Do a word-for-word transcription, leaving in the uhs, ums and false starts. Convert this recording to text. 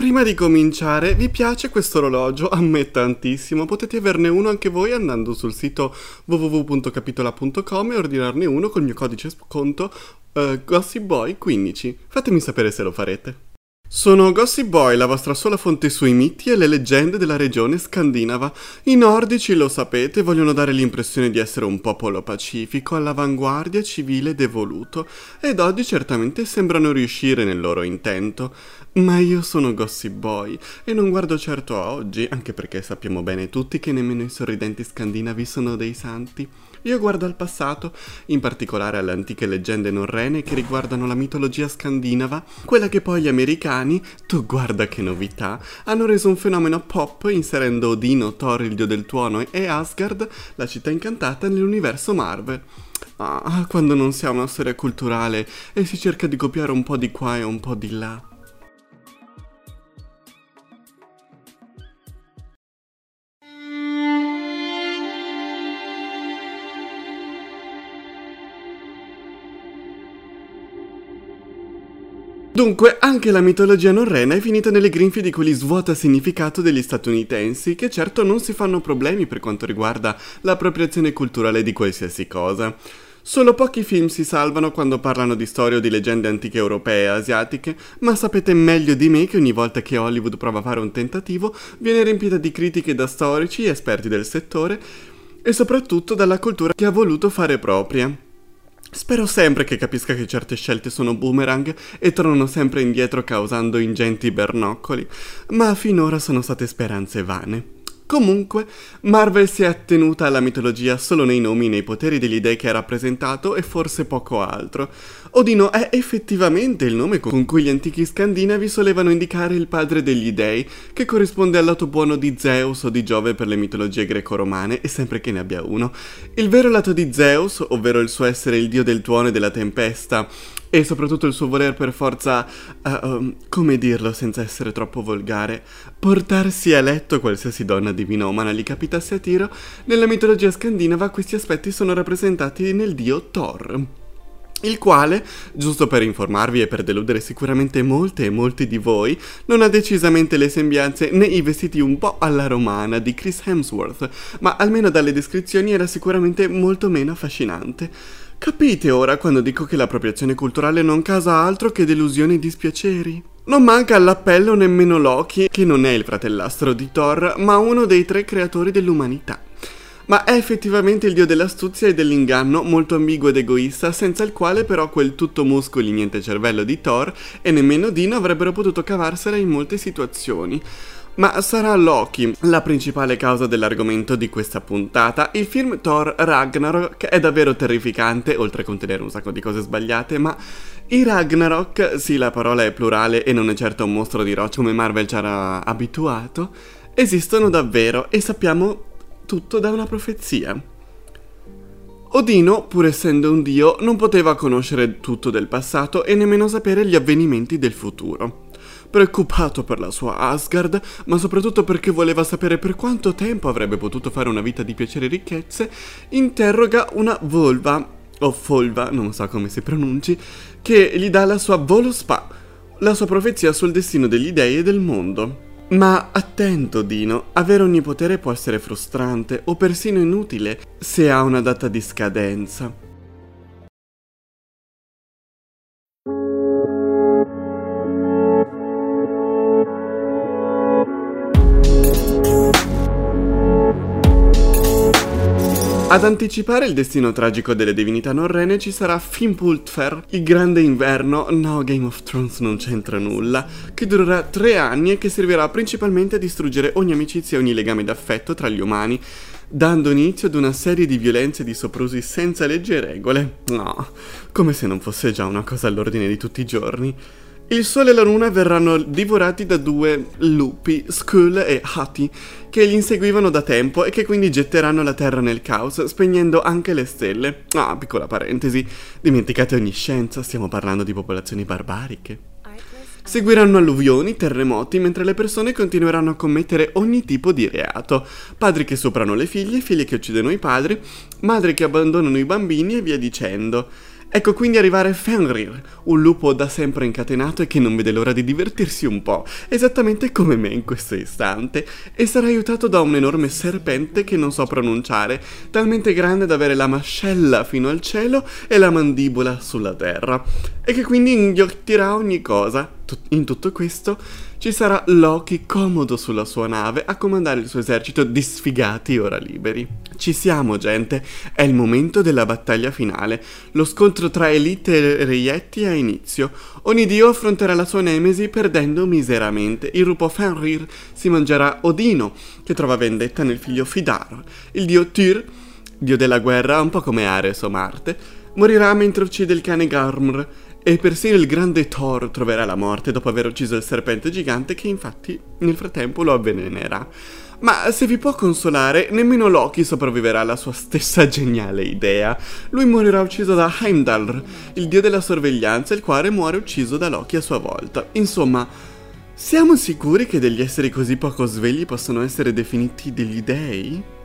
Prima di cominciare, vi piace questo orologio? A me tantissimo, potete averne uno anche voi andando sul sito w w w punto capitola punto com e ordinarne uno col mio codice sconto uh, Gossip Boy quindici. Fatemi sapere se lo farete. Sono Gossip Boy, la vostra sola fonte sui miti e le leggende della regione scandinava. I nordici, lo sapete, vogliono dare l'impressione di essere un popolo pacifico, all'avanguardia, civile ed evoluto, ed oggi certamente sembrano riuscire nel loro intento. Ma io sono Gossip Boy e non guardo certo a oggi, anche perché sappiamo bene tutti che nemmeno i sorridenti scandinavi sono dei santi. Io guardo al passato, in particolare alle antiche leggende norrene che riguardano la mitologia scandinava, quella che poi gli americani, tu guarda che novità, hanno reso un fenomeno pop inserendo Odino, Thor, il dio del tuono, e Asgard, la città incantata, nell'universo Marvel. Ah, quando non si ha una storia culturale e si cerca di copiare un po' di qua e un po' di là. Dunque, anche la mitologia norrena è finita nelle grinfie di quelli svuota significato degli statunitensi, che certo non si fanno problemi per quanto riguarda l'appropriazione culturale di qualsiasi cosa. Solo pochi film si salvano quando parlano di storie o di leggende antiche europee e asiatiche, ma sapete meglio di me che ogni volta che Hollywood prova a fare un tentativo viene riempita di critiche da storici e esperti del settore e soprattutto dalla cultura che ha voluto fare propria. Spero sempre che capisca che certe scelte sono boomerang e tornano sempre indietro causando ingenti bernoccoli, ma finora sono state speranze vane. Comunque, Marvel si è attenuta alla mitologia solo nei nomi e nei poteri degli dei che ha rappresentato e forse poco altro. Odino è effettivamente il nome con cui gli antichi scandinavi solevano indicare il padre degli dei, che corrisponde al lato buono di Zeus o di Giove per le mitologie greco-romane, e sempre che ne abbia uno. Il vero lato di Zeus, ovvero il suo essere il dio del tuono e della tempesta, e soprattutto il suo voler per forza, uh, um, come dirlo senza essere troppo volgare, portarsi a letto qualsiasi donna divinomana gli capitasse a tiro, nella mitologia scandinava questi aspetti sono rappresentati nel dio Thor, il quale, giusto per informarvi e per deludere sicuramente molte e molti di voi, non ha decisamente le sembianze né i vestiti un po' alla romana di Chris Hemsworth, ma almeno dalle descrizioni era sicuramente molto meno affascinante. Capite ora quando dico che l'appropriazione culturale non causa altro che delusioni e dispiaceri? Non manca all'appello nemmeno Loki, che non è il fratellastro di Thor, ma uno dei tre creatori dell'umanità. Ma è effettivamente il dio dell'astuzia e dell'inganno, molto ambiguo ed egoista, senza il quale però quel tutto muscoli niente cervello di Thor e nemmeno Dino avrebbero potuto cavarsela in molte situazioni. Ma sarà Loki la principale causa dell'argomento di questa puntata. Il film Thor Ragnarok è davvero terrificante, oltre a contenere un sacco di cose sbagliate, ma i Ragnarok, sì la parola è plurale e non è certo un mostro di roccia come Marvel ci ha abituato, esistono davvero e sappiamo tutto da una profezia. Odino, pur essendo un dio, non poteva conoscere tutto del passato e nemmeno sapere gli avvenimenti del futuro. Preoccupato per la sua Asgard, ma soprattutto perché voleva sapere per quanto tempo avrebbe potuto fare una vita di piacere e ricchezze, interroga una volva, o folva, non so come si pronunci, che gli dà la sua Voluspa, la sua profezia sul destino degli dei e del mondo. Ma attento Dino, avere ogni potere può essere frustrante o persino inutile se ha una data di scadenza. Ad anticipare il destino tragico delle divinità norrene ci sarà Fimbulfar, il grande inverno, no Game of Thrones non c'entra nulla, che durerà tre anni e che servirà principalmente a distruggere ogni amicizia e ogni legame d'affetto tra gli umani, dando inizio ad una serie di violenze e di soprusi senza leggi e regole. No, come se non fosse già una cosa all'ordine di tutti i giorni. Il sole e la luna verranno divorati da due lupi, Skull e Hati, che li inseguivano da tempo e che quindi getteranno la terra nel caos, spegnendo anche le stelle. Ah, piccola parentesi, dimenticate ogni scienza, stiamo parlando di popolazioni barbariche. Seguiranno alluvioni, terremoti, mentre le persone continueranno a commettere ogni tipo di reato. Padri che stuprano le figlie, figlie che uccidono i padri, madri che abbandonano i bambini e via dicendo. Ecco quindi arrivare Fenrir, un lupo da sempre incatenato e che non vede l'ora di divertirsi un po', esattamente come me in questo istante, e sarà aiutato da un enorme serpente che non so pronunciare, talmente grande da avere la mascella fino al cielo e la mandibola sulla terra, e che quindi inghiottirà ogni cosa. In tutto questo ci sarà Loki comodo sulla sua nave a comandare il suo esercito di sfigati ora liberi. Ci siamo, gente, è il momento della battaglia finale. Lo scontro tra Elite e Reietti ha inizio. Ogni dio affronterà la sua nemesi perdendo miseramente. Il lupo Fenrir si mangerà Odino, che trova vendetta nel figlio Fidar. Il dio Tyr, dio della guerra, un po' come Ares o Marte, morirà mentre uccide il cane Garmr. E persino il grande Thor troverà la morte dopo aver ucciso il serpente gigante che infatti nel frattempo lo avvelenerà. Ma se vi può consolare, nemmeno Loki sopravviverà alla sua stessa geniale idea. Lui morirà ucciso da Heimdall, il dio della sorveglianza, il quale muore ucciso da Loki a sua volta. Insomma, siamo sicuri che degli esseri così poco svegli possono essere definiti degli dei?